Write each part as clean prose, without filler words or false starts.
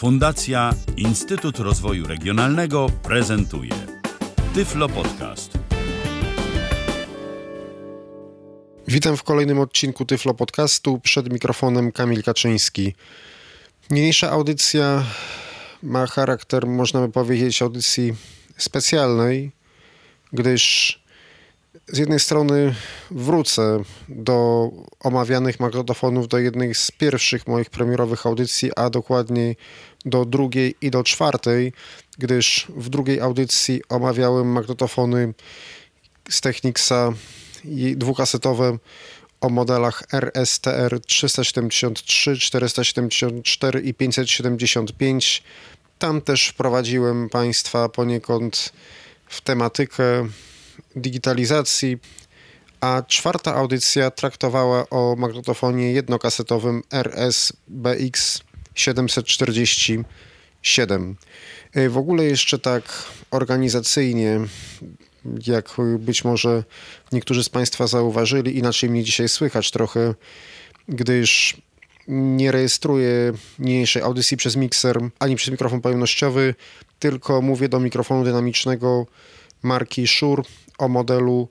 Fundacja Instytut Rozwoju Regionalnego prezentuje Tyflo Podcast. Witam w kolejnym odcinku Tyflo Podcastu. Przed mikrofonem Kamil Kaczyński. Niniejsza audycja ma charakter, można by powiedzieć, audycji specjalnej, gdyż z jednej strony wrócę do omawianych magnetofonów, do jednej z pierwszych moich premierowych audycji, a dokładniej do drugiej i do czwartej, gdyż w drugiej audycji omawiałem magnetofony z Technicsa dwukasetowe o modelach RSTR 373, 474 i 575. Tam też wprowadziłem Państwa poniekąd w tematykę digitalizacji, a czwarta audycja traktowała o magnetofonie jednokasetowym RS-BX 747. W ogóle jeszcze tak organizacyjnie, jak być może niektórzy z Państwa zauważyli, inaczej mnie dzisiaj słychać trochę, gdyż nie rejestruję niniejszej audycji przez mikser ani przez mikrofon pojemnościowy, tylko mówię do mikrofonu dynamicznego marki Shure o modelu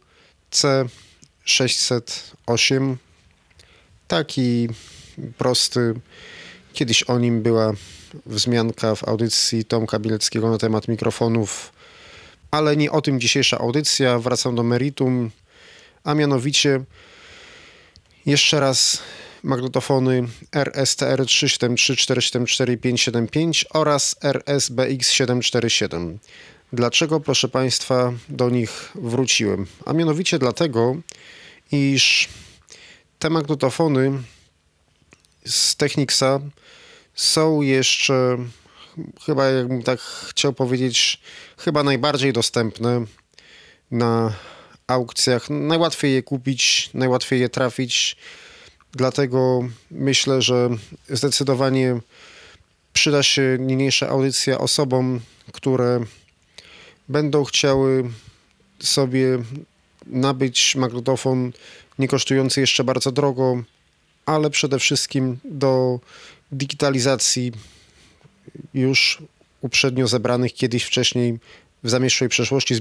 C608. Taki prosty. Kiedyś o nim była wzmianka w audycji Tomka Bieleckiego na temat mikrofonów, ale nie o tym dzisiejsza audycja. Wracam do meritum, a mianowicie jeszcze raz magnetofony RSTR 373, 474 i 575 oraz RS-BX 747. Dlaczego, proszę Państwa, do nich wróciłem? A mianowicie dlatego, iż te magnetofony z Technicsa są jeszcze, chyba jakbym tak chciał powiedzieć, chyba najbardziej dostępne na aukcjach. Najłatwiej je kupić, najłatwiej je trafić. Dlatego myślę, że zdecydowanie przyda się niniejsza audycja osobom, które będą chciały sobie nabyć magnetofon nie kosztujący jeszcze bardzo drogo, ale przede wszystkim do digitalizacji już uprzednio zebranych kiedyś wcześniej w zamierzchłej przeszłości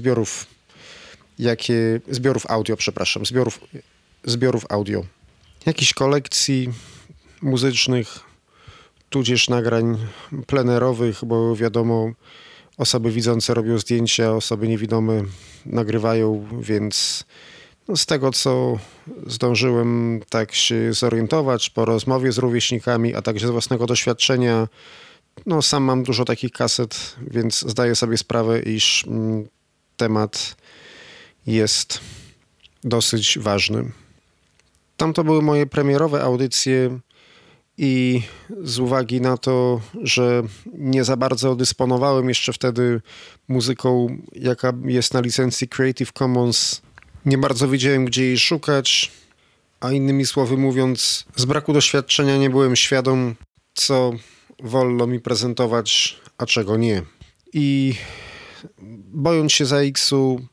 zbiorów audio. Jakichś kolekcji muzycznych, tudzież nagrań plenerowych, bo wiadomo, osoby widzące robią zdjęcia, osoby niewidome nagrywają, więc z tego, co zdążyłem tak się zorientować po rozmowie z rówieśnikami, a także z własnego doświadczenia, sam mam dużo takich kaset, więc zdaję sobie sprawę, iż temat jest dosyć ważny. Tamto były moje premierowe audycje i z uwagi na to, że nie za bardzo dysponowałem jeszcze wtedy muzyką, jaka jest na licencji Creative Commons, nie bardzo wiedziałem, gdzie jej szukać, a innymi słowy mówiąc, z braku doświadczenia nie byłem świadom, co wolno mi prezentować, a czego nie. I bojąc się ZX-u,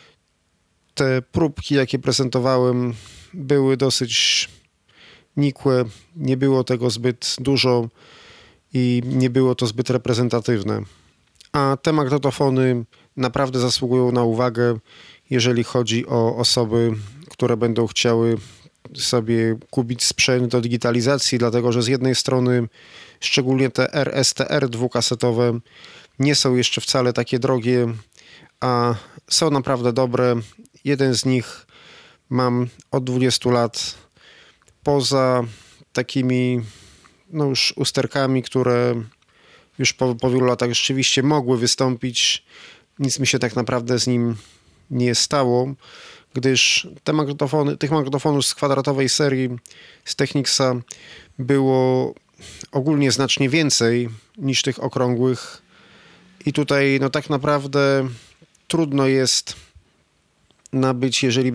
te próbki, jakie prezentowałem, były dosyć nikłe, nie było tego zbyt dużo i nie było to zbyt reprezentatywne. A te magnetofony naprawdę zasługują na uwagę, jeżeli chodzi o osoby, które będą chciały sobie kupić sprzęt do digitalizacji, dlatego że z jednej strony szczególnie te RSTR dwukasetowe nie są jeszcze wcale takie drogie, a są naprawdę dobre. Jeden z nich mam od 20 lat. Poza takimi już usterkami, które już po wielu latach rzeczywiście mogły wystąpić, nic mi się tak naprawdę z nim nie stało, gdyż tych magnetofonów z kwadratowej serii z Technicsa było ogólnie znacznie więcej niż tych okrągłych i tutaj tak naprawdę trudno jest nabyć, jeżeli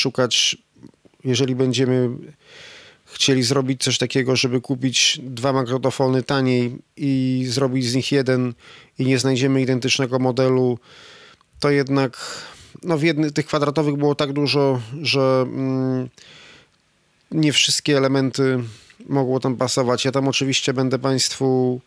będziemy chcieli zrobić coś takiego, żeby kupić dwa magnetofony taniej i zrobić z nich jeden i nie znajdziemy identycznego modelu, to jednak tych kwadratowych było tak dużo, że nie wszystkie elementy mogło tam pasować. Ja tam oczywiście będę Państwu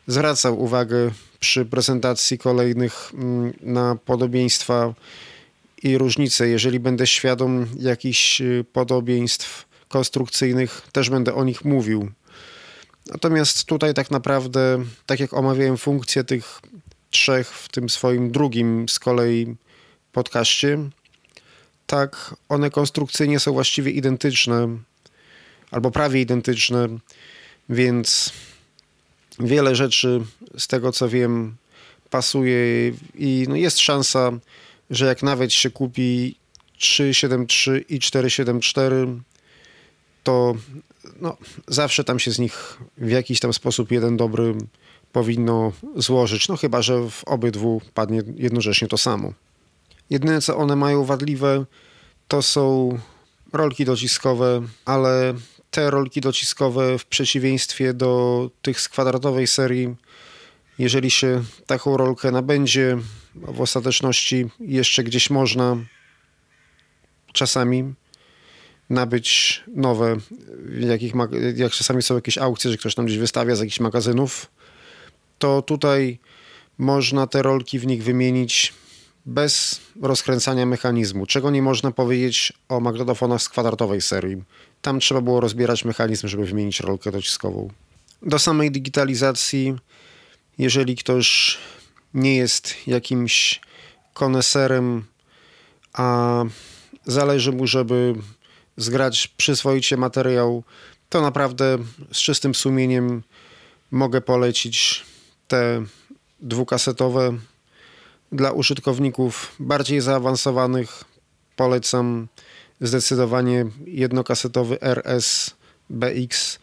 zwracał uwagę przy prezentacji kolejnych na podobieństwa i różnice. Jeżeli będę świadom jakichś podobieństw konstrukcyjnych, też będę o nich mówił. Natomiast tutaj tak naprawdę, tak jak omawiałem funkcje tych trzech w tym swoim drugim z kolei podcaście, tak one konstrukcyjnie są właściwie identyczne, albo prawie identyczne, więc wiele rzeczy z tego, co wiem, pasuje i jest szansa, że jak nawet się kupi 3.7.3 i 4.7.4, to zawsze tam się z nich w jakiś tam sposób jeden dobry powinno złożyć. Chyba że w obydwu padnie jednocześnie to samo. Jedyne, co one mają wadliwe, to są rolki dociskowe, ale te rolki dociskowe w przeciwieństwie do tych z kwadratowej serii, jeżeli się taką rolkę nabędzie, w ostateczności jeszcze gdzieś można czasami nabyć nowe, jak czasami są jakieś aukcje, że ktoś tam gdzieś wystawia z jakichś magazynów, to tutaj można te rolki w nich wymienić bez rozkręcania mechanizmu, czego nie można powiedzieć o magnetofonach z kwadratowej serii. Tam trzeba było rozbierać mechanizm, żeby wymienić rolkę dociskową. Do samej digitalizacji, jeżeli ktoś nie jest jakimś koneserem, a zależy mu, żeby zgrać przyzwoicie materiał, to naprawdę z czystym sumieniem mogę polecić te dwukasetowe. Dla użytkowników bardziej zaawansowanych polecam zdecydowanie jednokasetowy RS-BX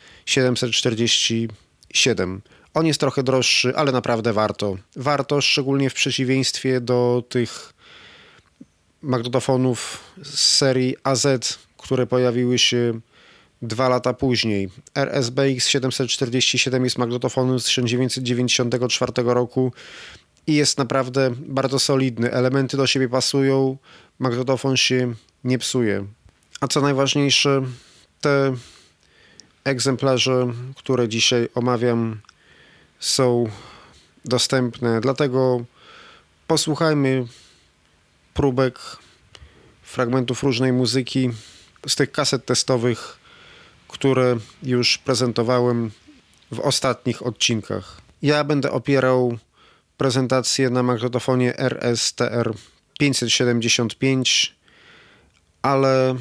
747. On jest trochę droższy, ale naprawdę warto. Warto, szczególnie w przeciwieństwie do tych magnetofonów z serii AZ, które pojawiły się 2 lata później. RS-BX 747 jest magnetofonem z 1994 roku i jest naprawdę bardzo solidny. Elementy do siebie pasują, magnetofon się nie psuje. A co najważniejsze, te egzemplarze, które dzisiaj omawiam, są dostępne. Dlatego posłuchajmy próbek, fragmentów różnej muzyki z tych kaset testowych, które już prezentowałem w ostatnich odcinkach. Ja będę opierał prezentację na magnetofonie RS-TR 575, ale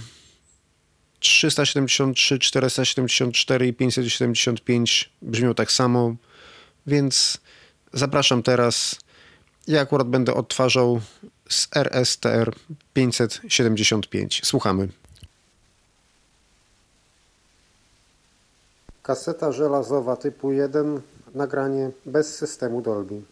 373, 474 i 575 brzmią tak samo, więc zapraszam teraz. Ja akurat będę odtwarzał z RS-TR 575. Słuchamy. Kaseta żelazowa typu 1, nagranie bez systemu Dolby.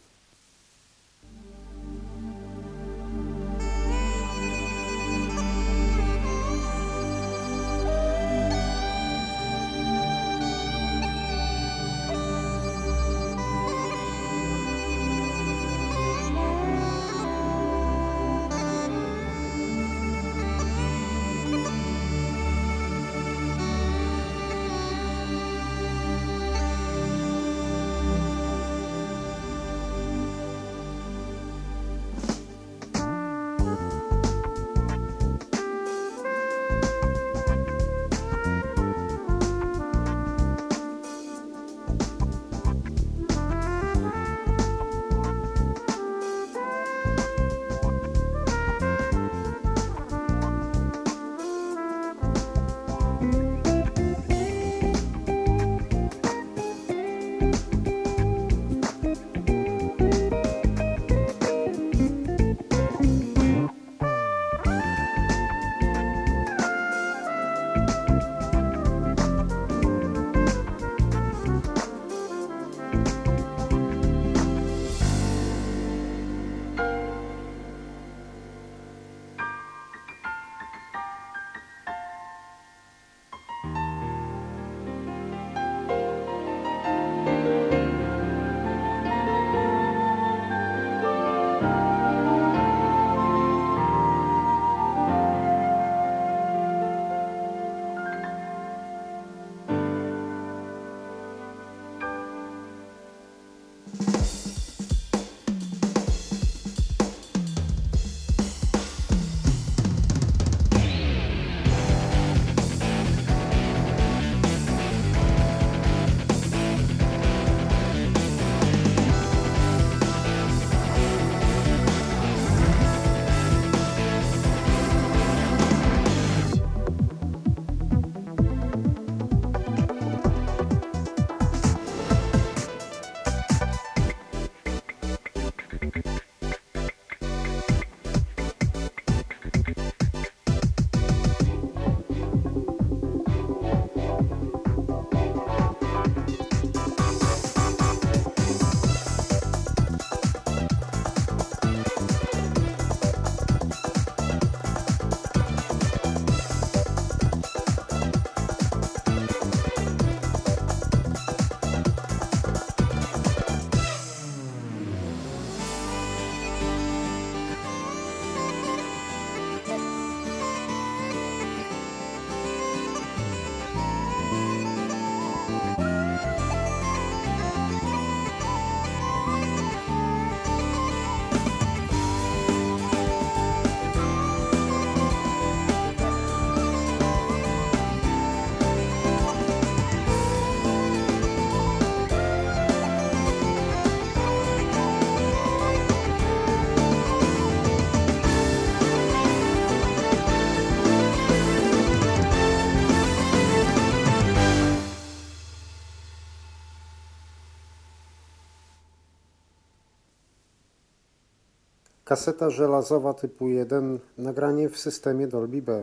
Kaseta żelazowa typu 1, nagranie w systemie Dolby B.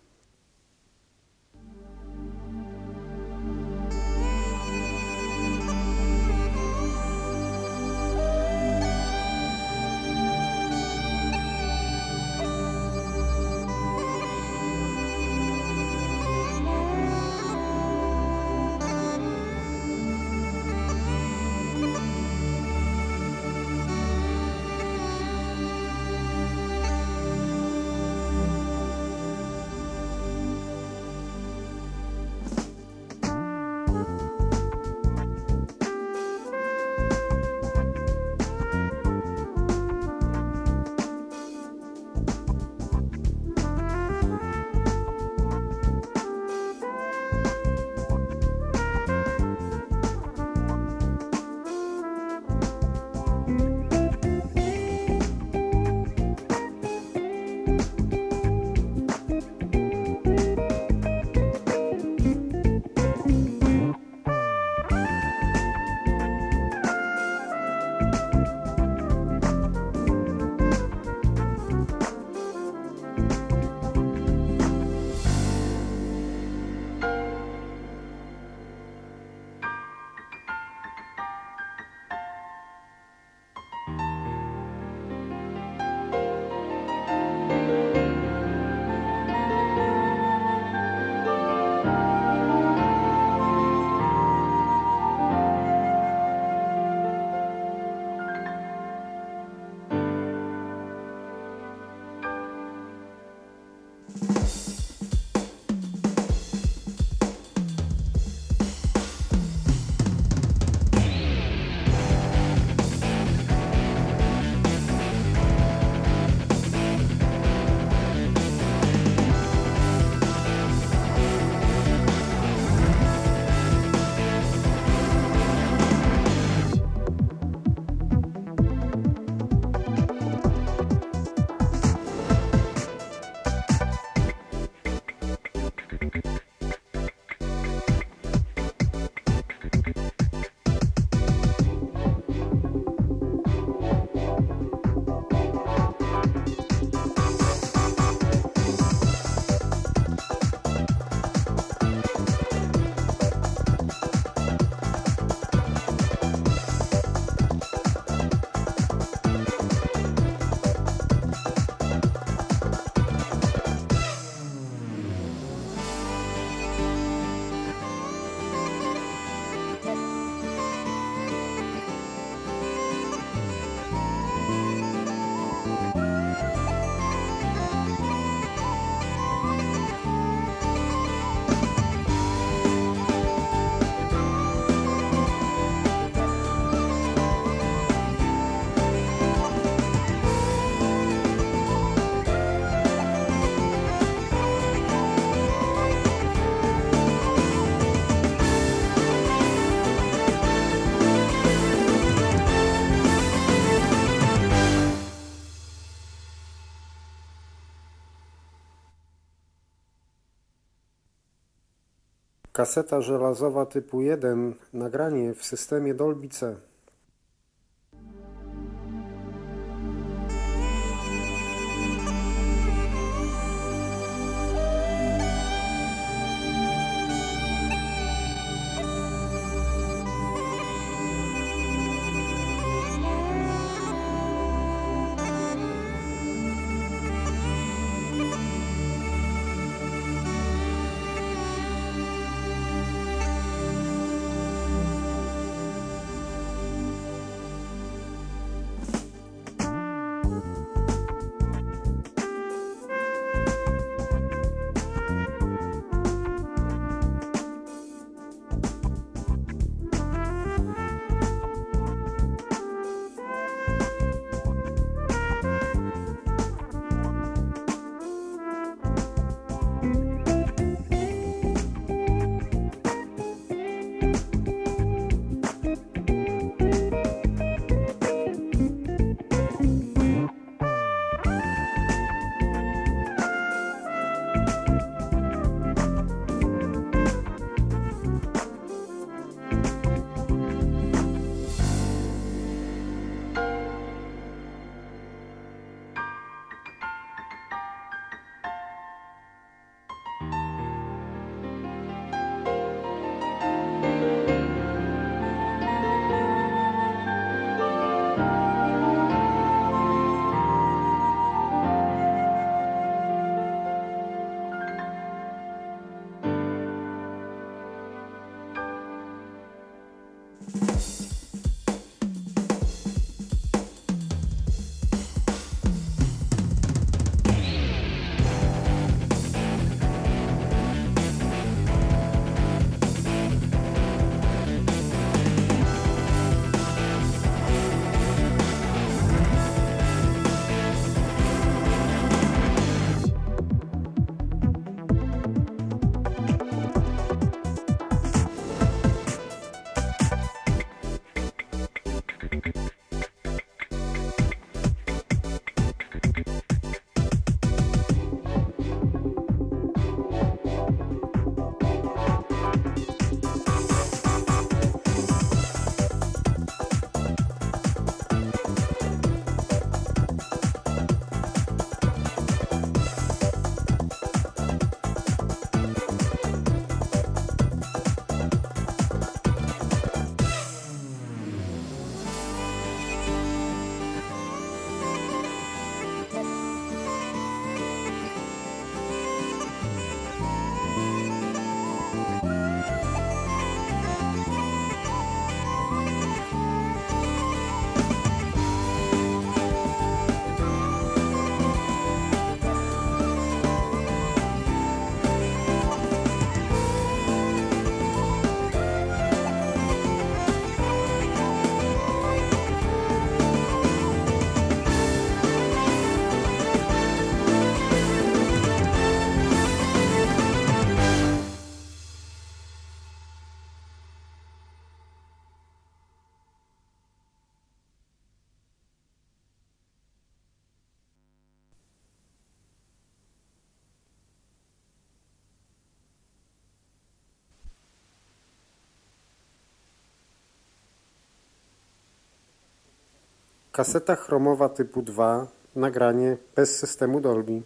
Kaseta żelazowa typu 1, nagranie w systemie Dolby C. Kaseta chromowa typu 2, nagranie bez systemu Dolby.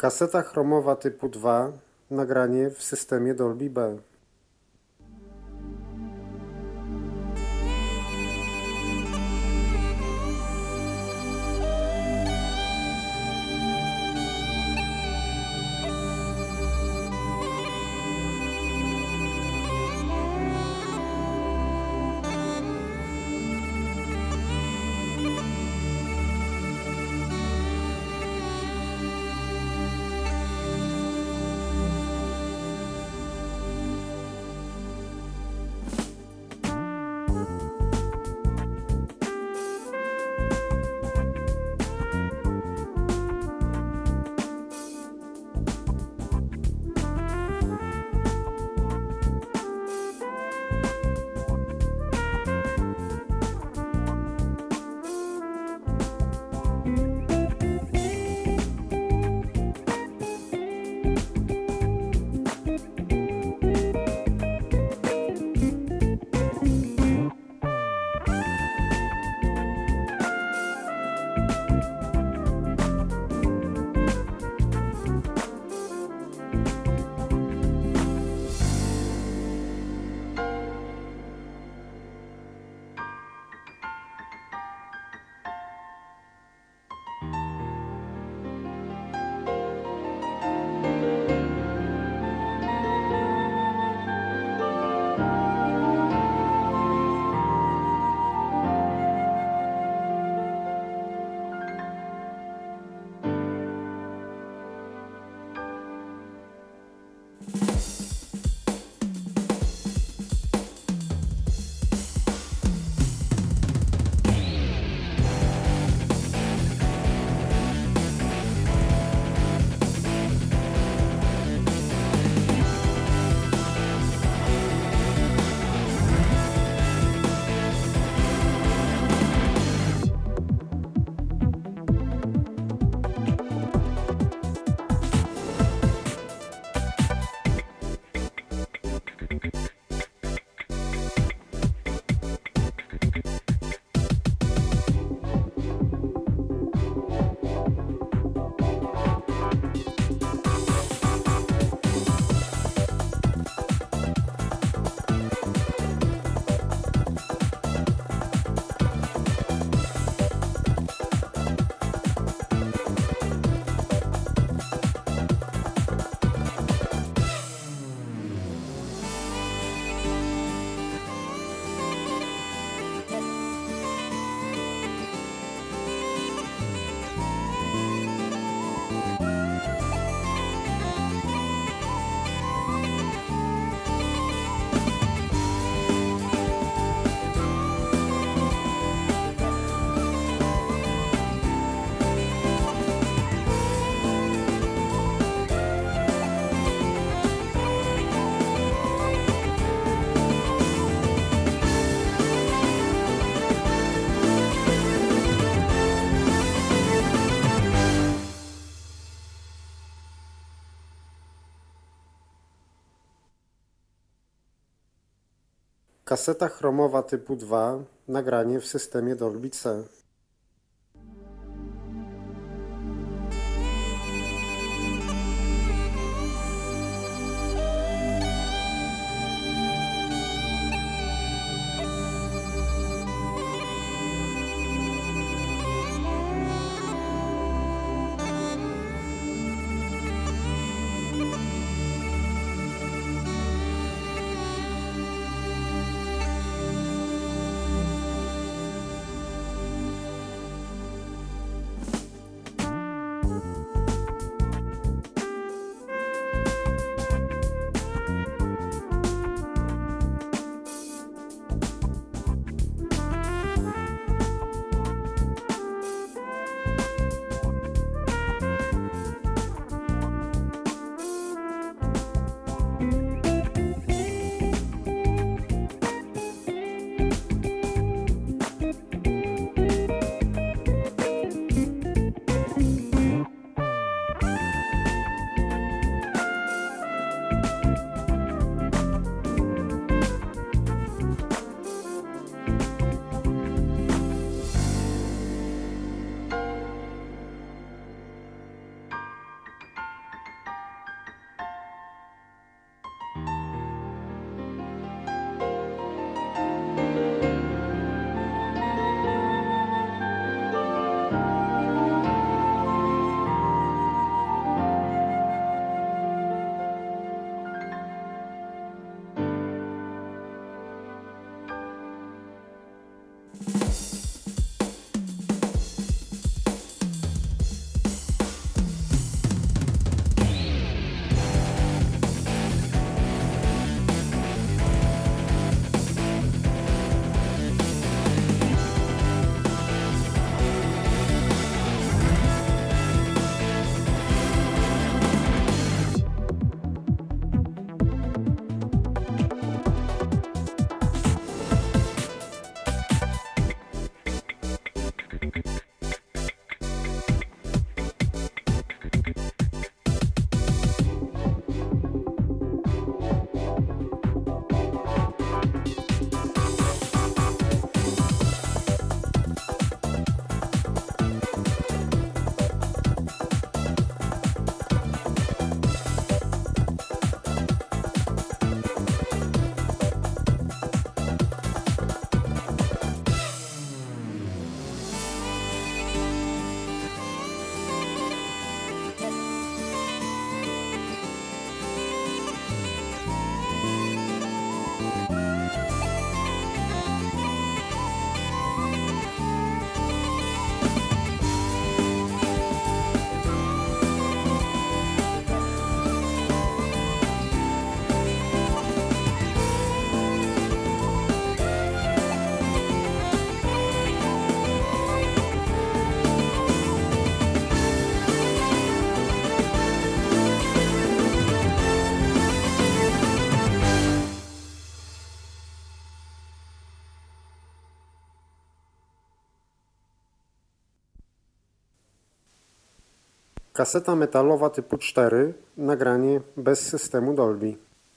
Kaseta chromowa typu 2, nagranie w systemie Dolby B. Kaseta chromowa typu 2, nagranie w systemie Dolby C. Kaseta metalowa typu 4, nagranie bez systemu Dolby.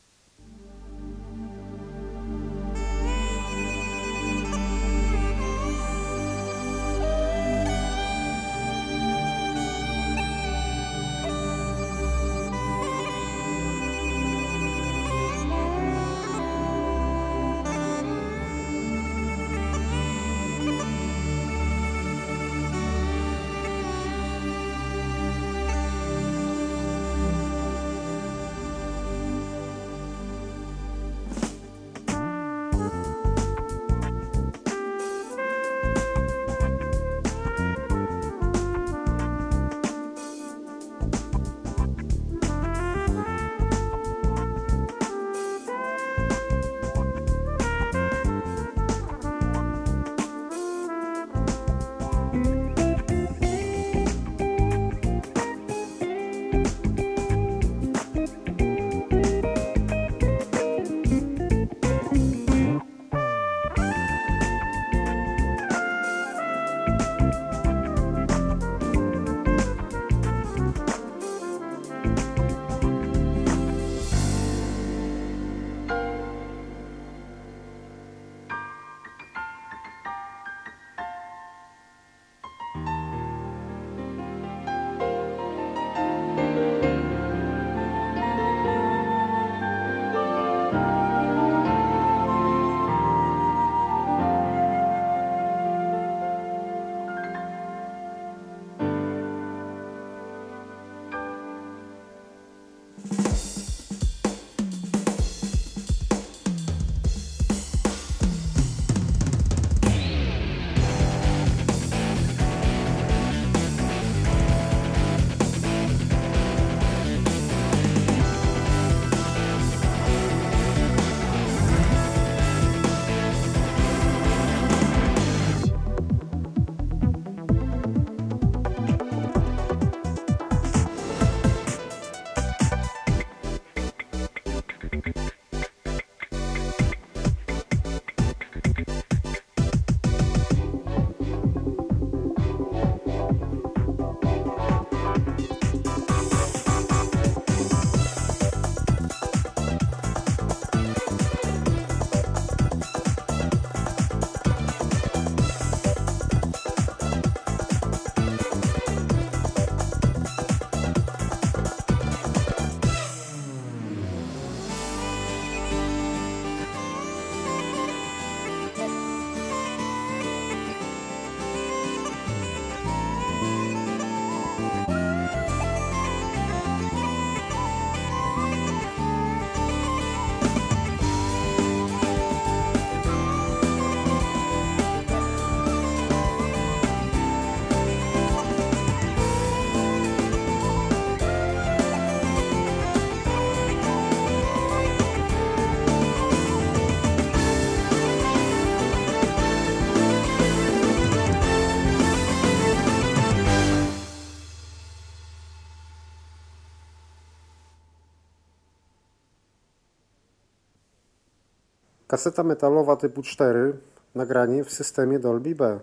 Kaseta metalowa typu 4, nagranie w systemie Dolby B.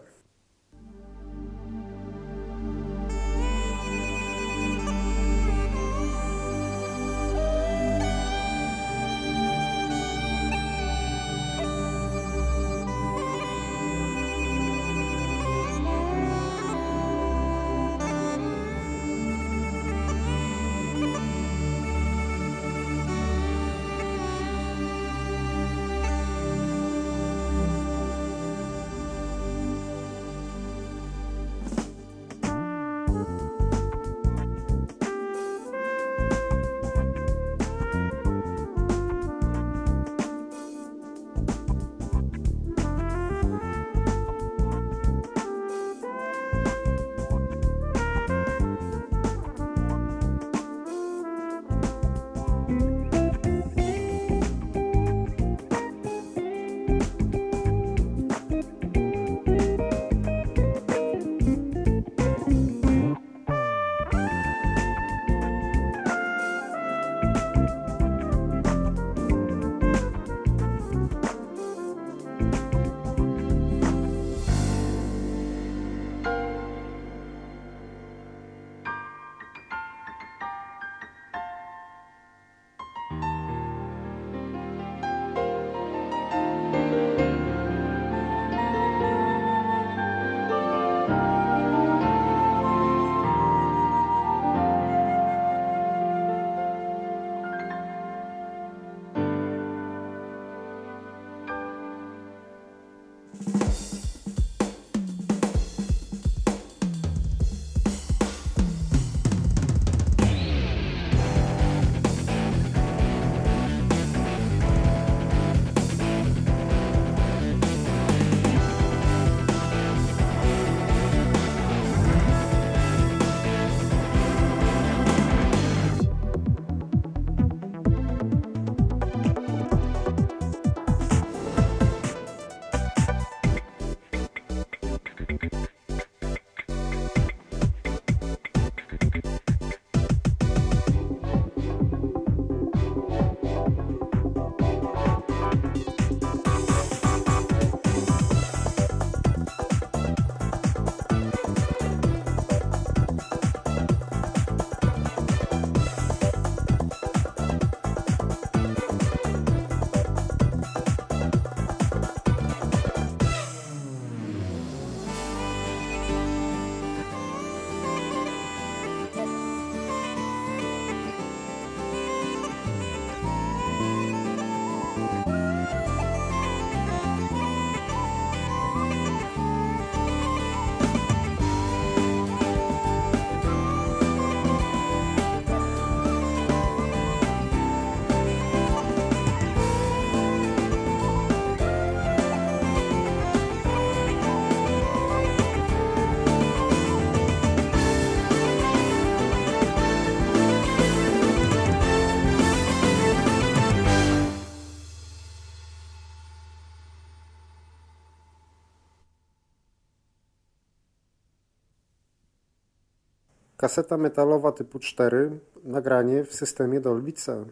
Kaseta metalowa typu 4, nagranie w systemie Dolby C.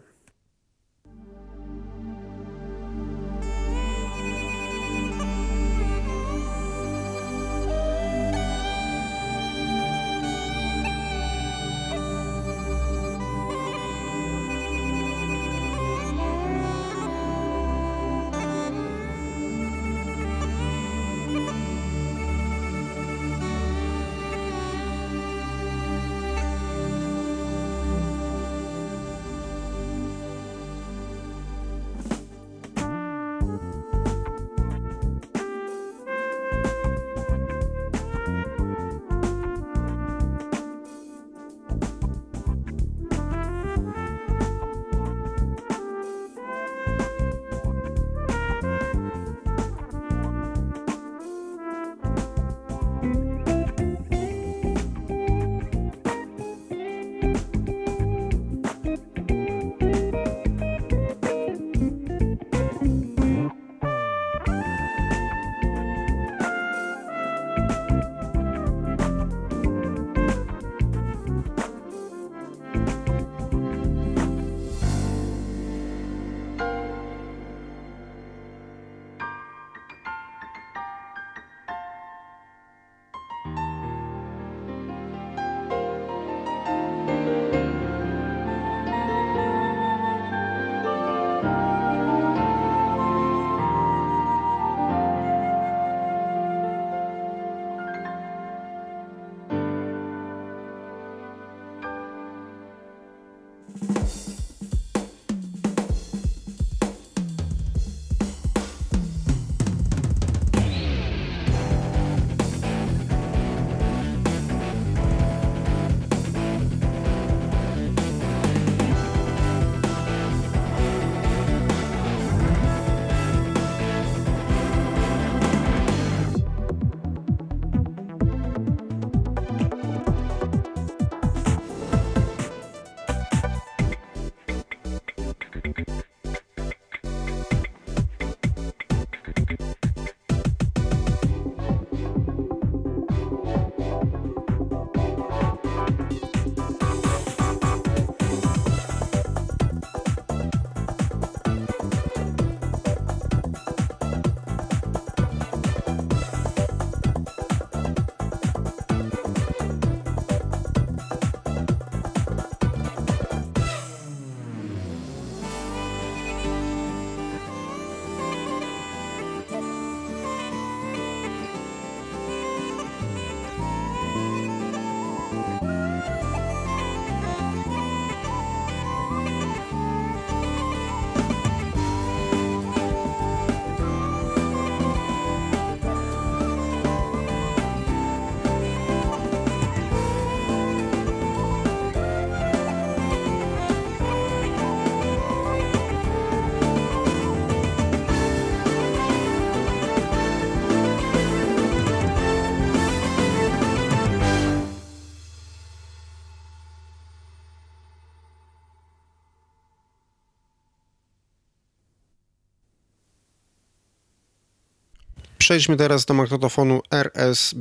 Przejdźmy teraz do magnetofonu RS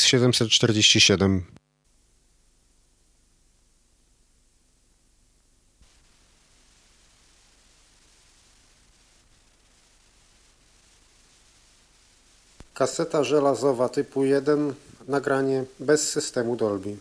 BX747. Kaseta żelazowa typu 1, nagranie bez systemu Dolby.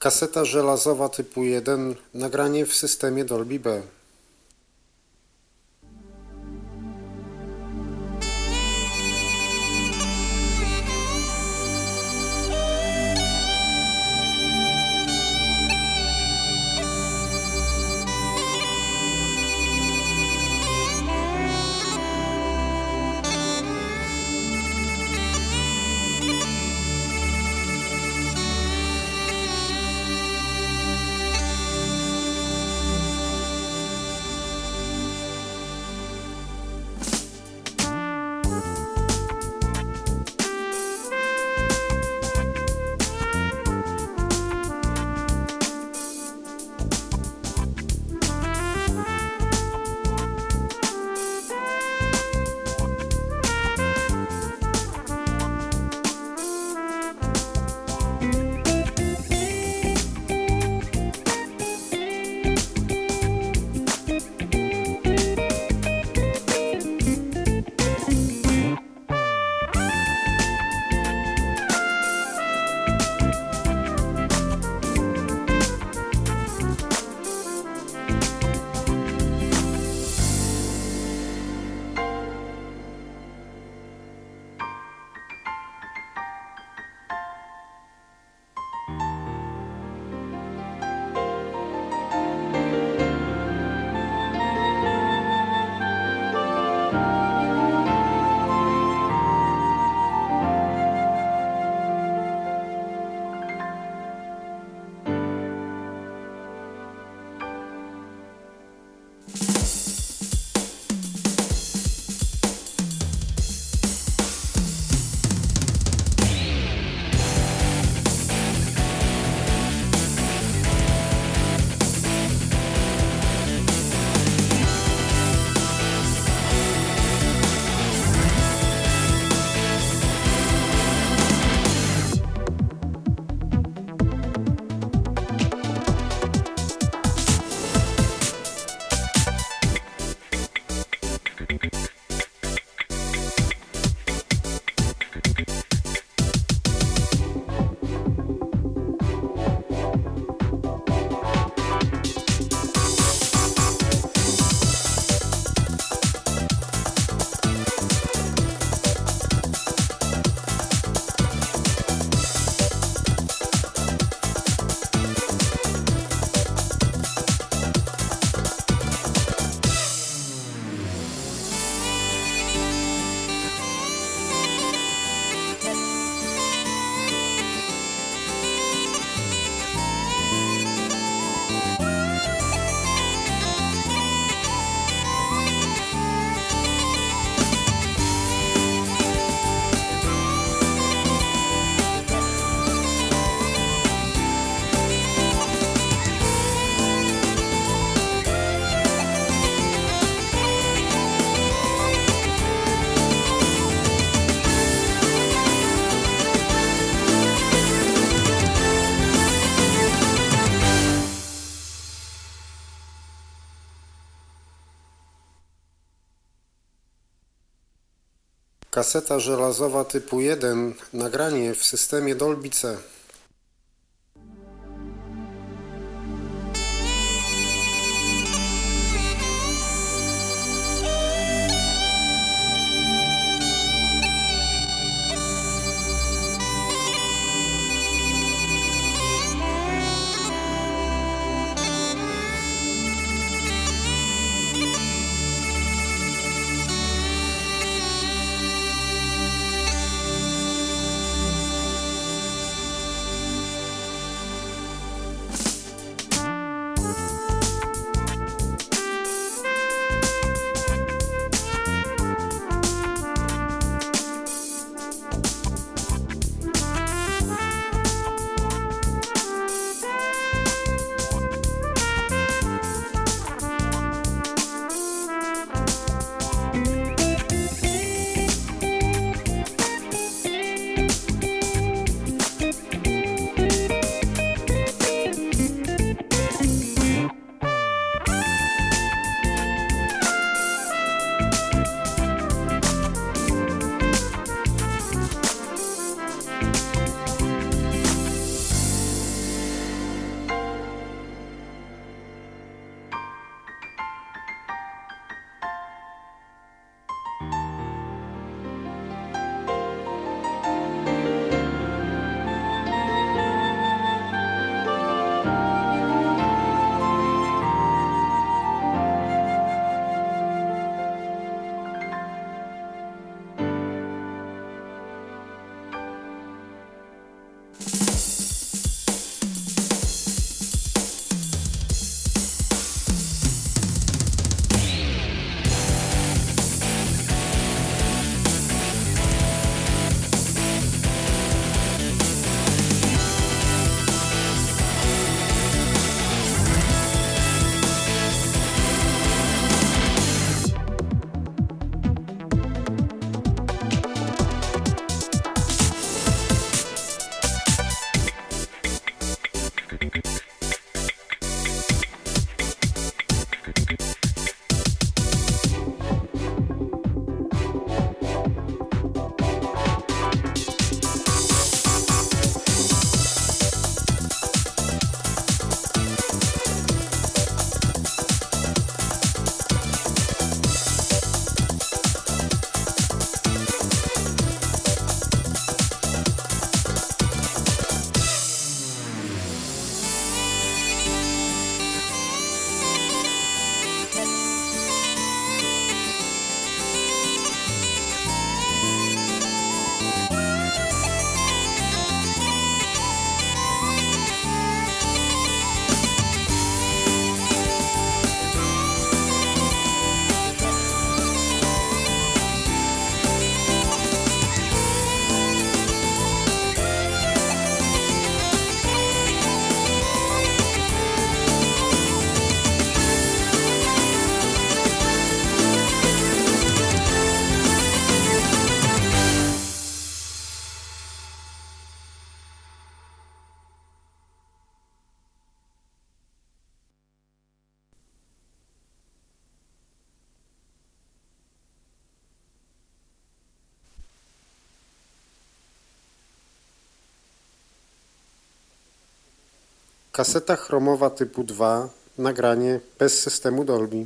Kaseta żelazowa typu 1, nagranie w systemie Dolby B. Kaseta żelazowa typu 1, nagranie w systemie Dolby C. Kaseta chromowa typu 2, nagranie bez systemu Dolby.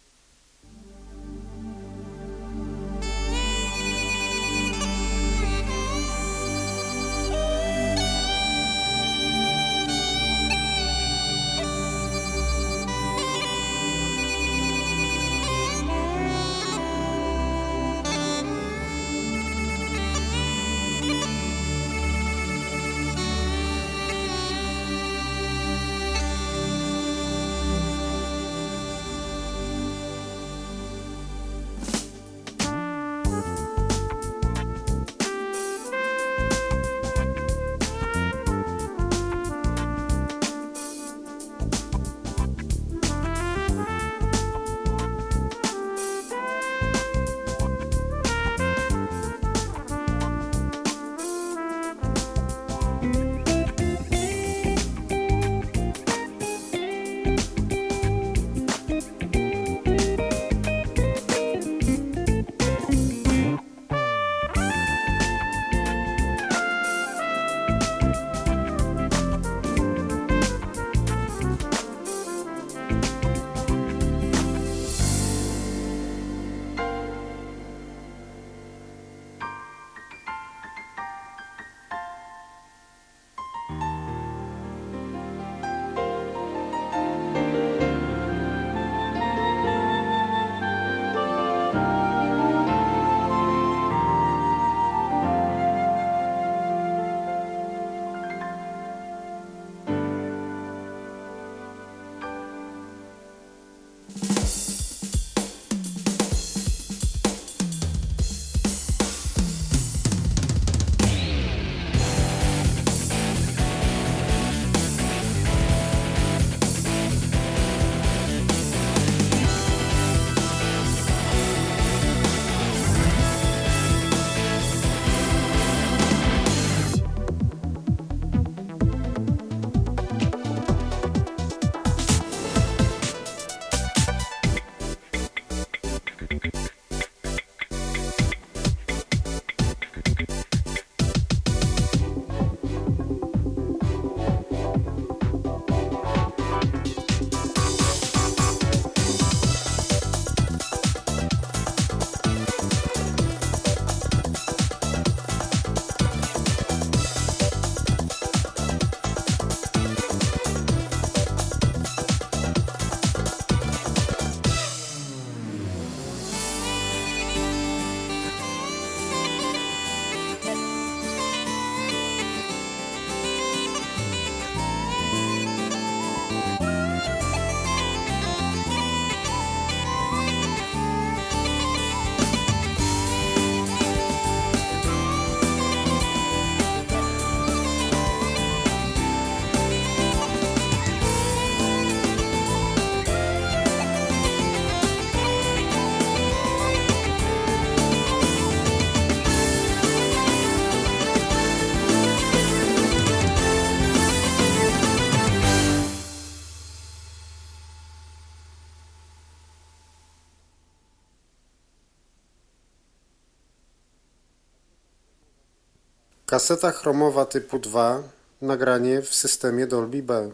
Kaseta chromowa typu 2, nagranie w systemie Dolby B.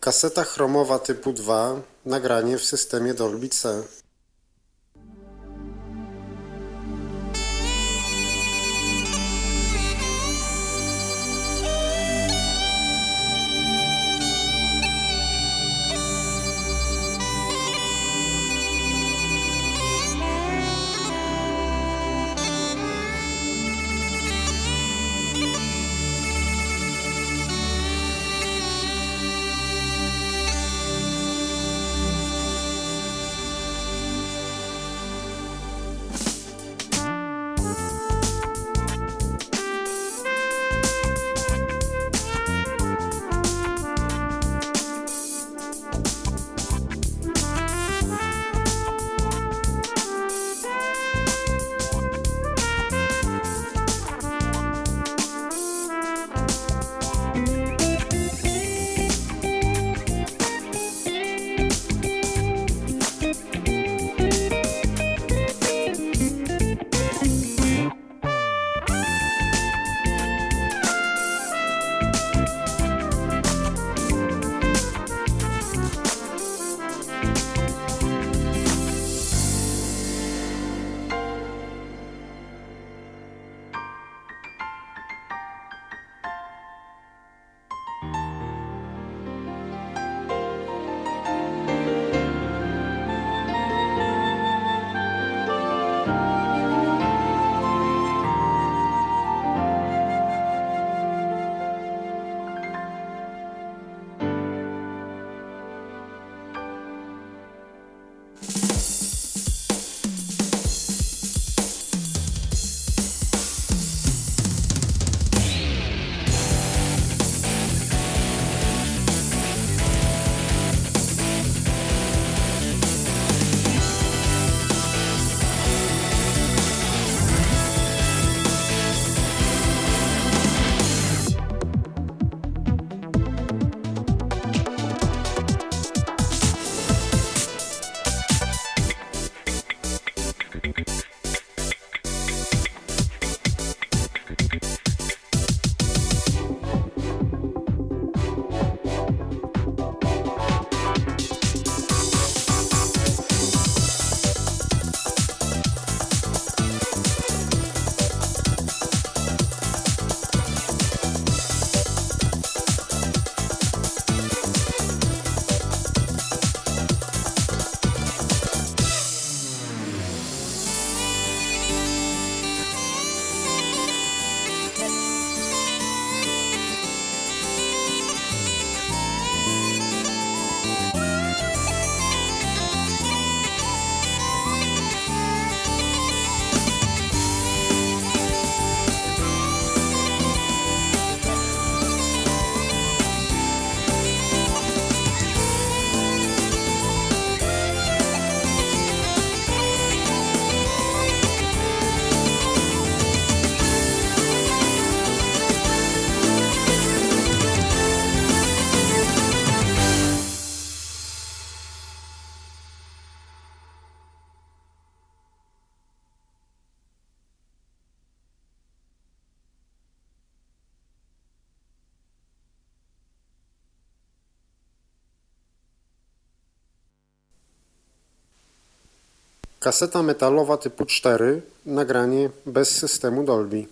Kaseta chromowa typu 2, nagranie w systemie Dolby C. Kaseta metalowa typu 4, nagranie bez systemu Dolby.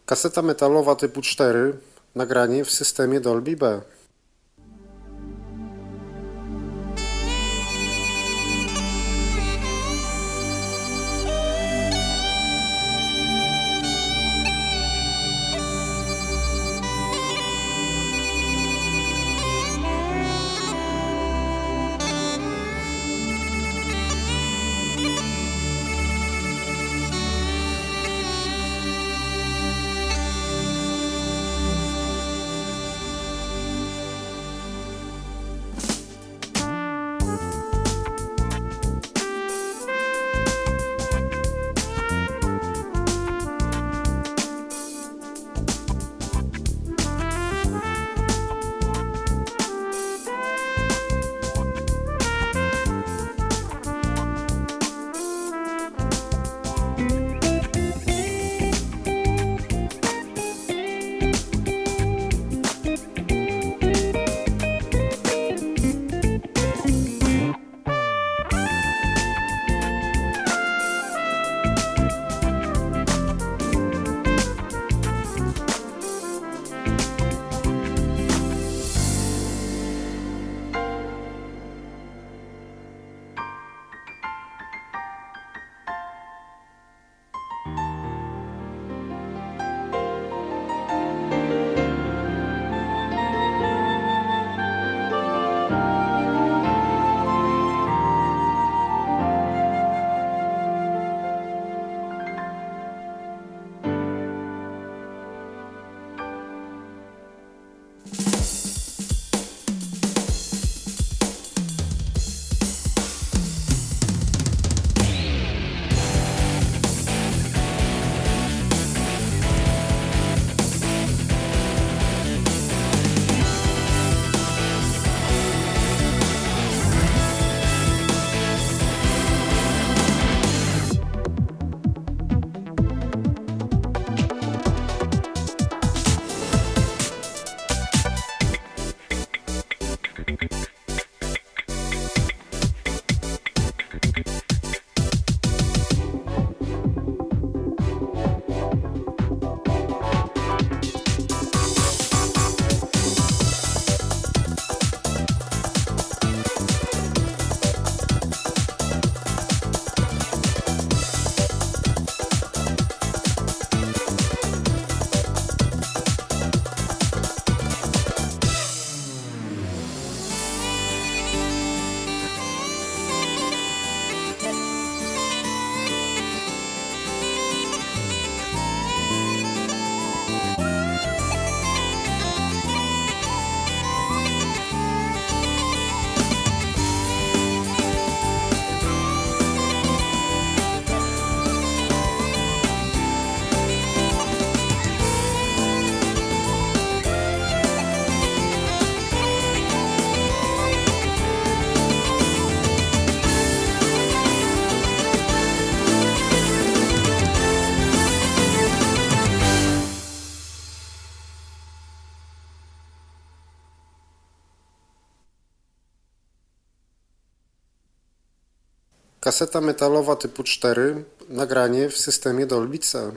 Kaseta metalowa typu 4, nagranie w systemie Dolby B. Kaseta metalowa typu 4, nagranie w systemie Dolby C.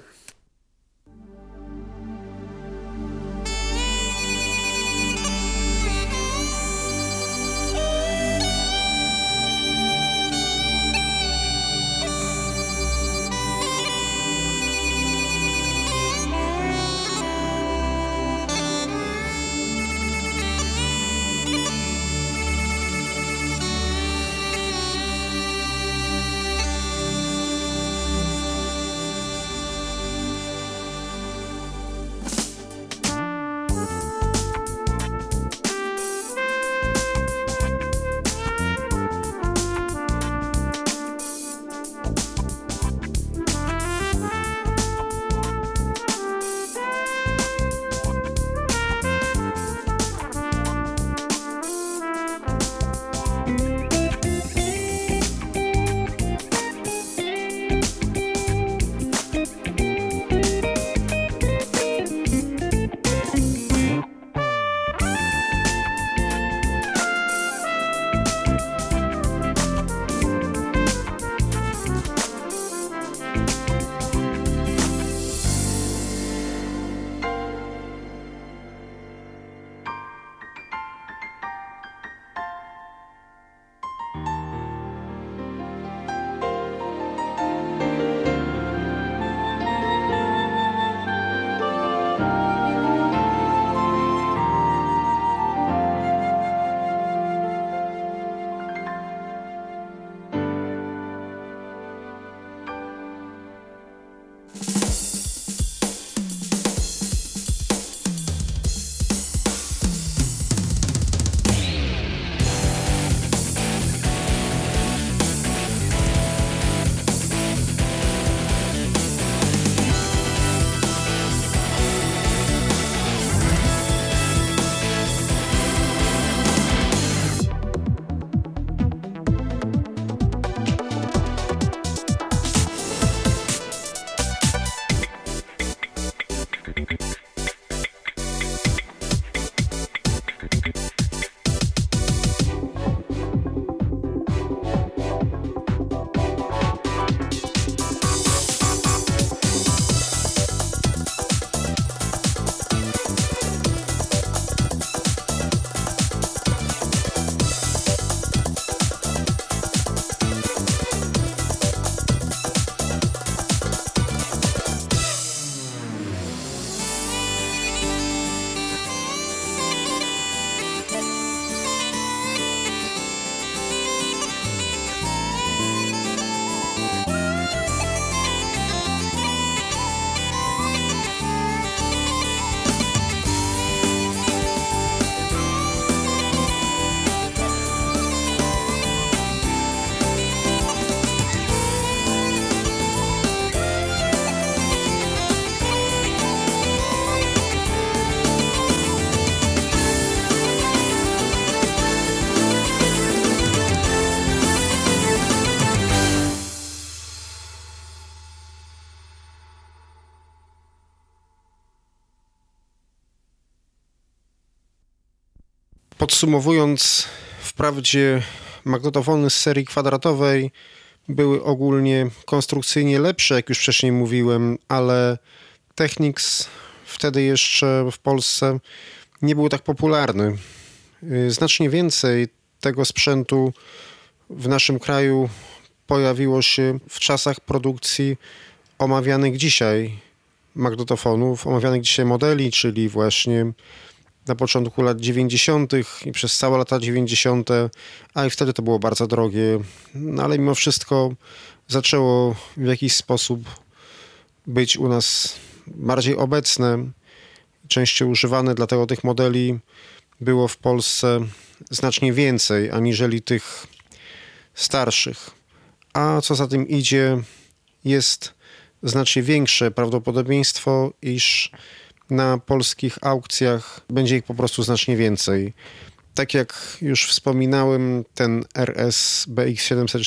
Podsumowując, wprawdzie magnetofony z serii kwadratowej były ogólnie konstrukcyjnie lepsze, jak już wcześniej mówiłem, ale Technics wtedy jeszcze w Polsce nie był tak popularny. Znacznie więcej tego sprzętu w naszym kraju pojawiło się w czasach produkcji omawianych dzisiaj magnetofonów, omawianych dzisiaj modeli, czyli właśnie na początku lat 90. i przez całe lata 90., a i wtedy to było bardzo drogie, no ale mimo wszystko zaczęło w jakiś sposób być u nas bardziej obecne, częściej używane, dlatego tych modeli było w Polsce znacznie więcej, aniżeli tych starszych. A co za tym idzie, jest znacznie większe prawdopodobieństwo, iż na polskich aukcjach będzie ich po prostu znacznie więcej. Tak jak już wspominałem, ten RS BX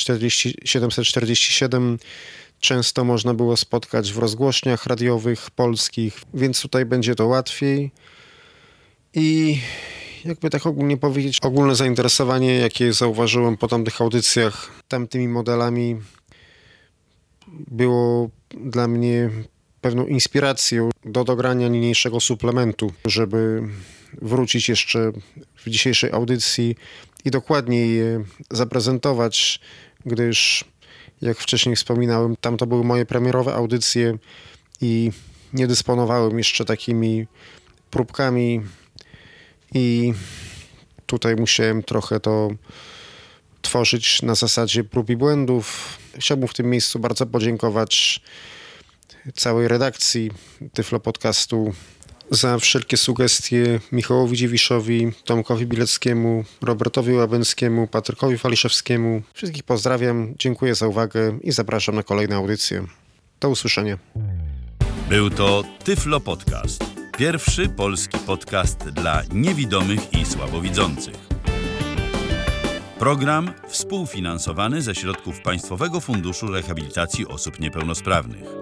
747 często można było spotkać w rozgłośniach radiowych polskich, więc tutaj będzie to łatwiej. I jakby tak ogólnie powiedzieć, ogólne zainteresowanie, jakie zauważyłem po tamtych audycjach tamtymi modelami, było dla mnie pewną inspiracją do dogrania niniejszego suplementu, żeby wrócić jeszcze w dzisiejszej audycji i dokładniej je zaprezentować, gdyż, jak wcześniej wspominałem, tam to były moje premierowe audycje i nie dysponowałem jeszcze takimi próbkami i tutaj musiałem trochę to tworzyć na zasadzie prób i błędów. Chciałbym w tym miejscu bardzo podziękować całej redakcji Tyflo Podcastu za wszelkie sugestie Michałowi Dziwiszowi, Tomkowi Bileckiemu, Robertowi Łabęckiemu, Patrykowi Faliszewskiemu. Wszystkich pozdrawiam, dziękuję za uwagę i zapraszam na kolejne audycje. Do usłyszenia. Był to Tyflo Podcast. Pierwszy polski podcast dla niewidomych i słabowidzących. Program współfinansowany ze środków Państwowego Funduszu Rehabilitacji Osób Niepełnosprawnych.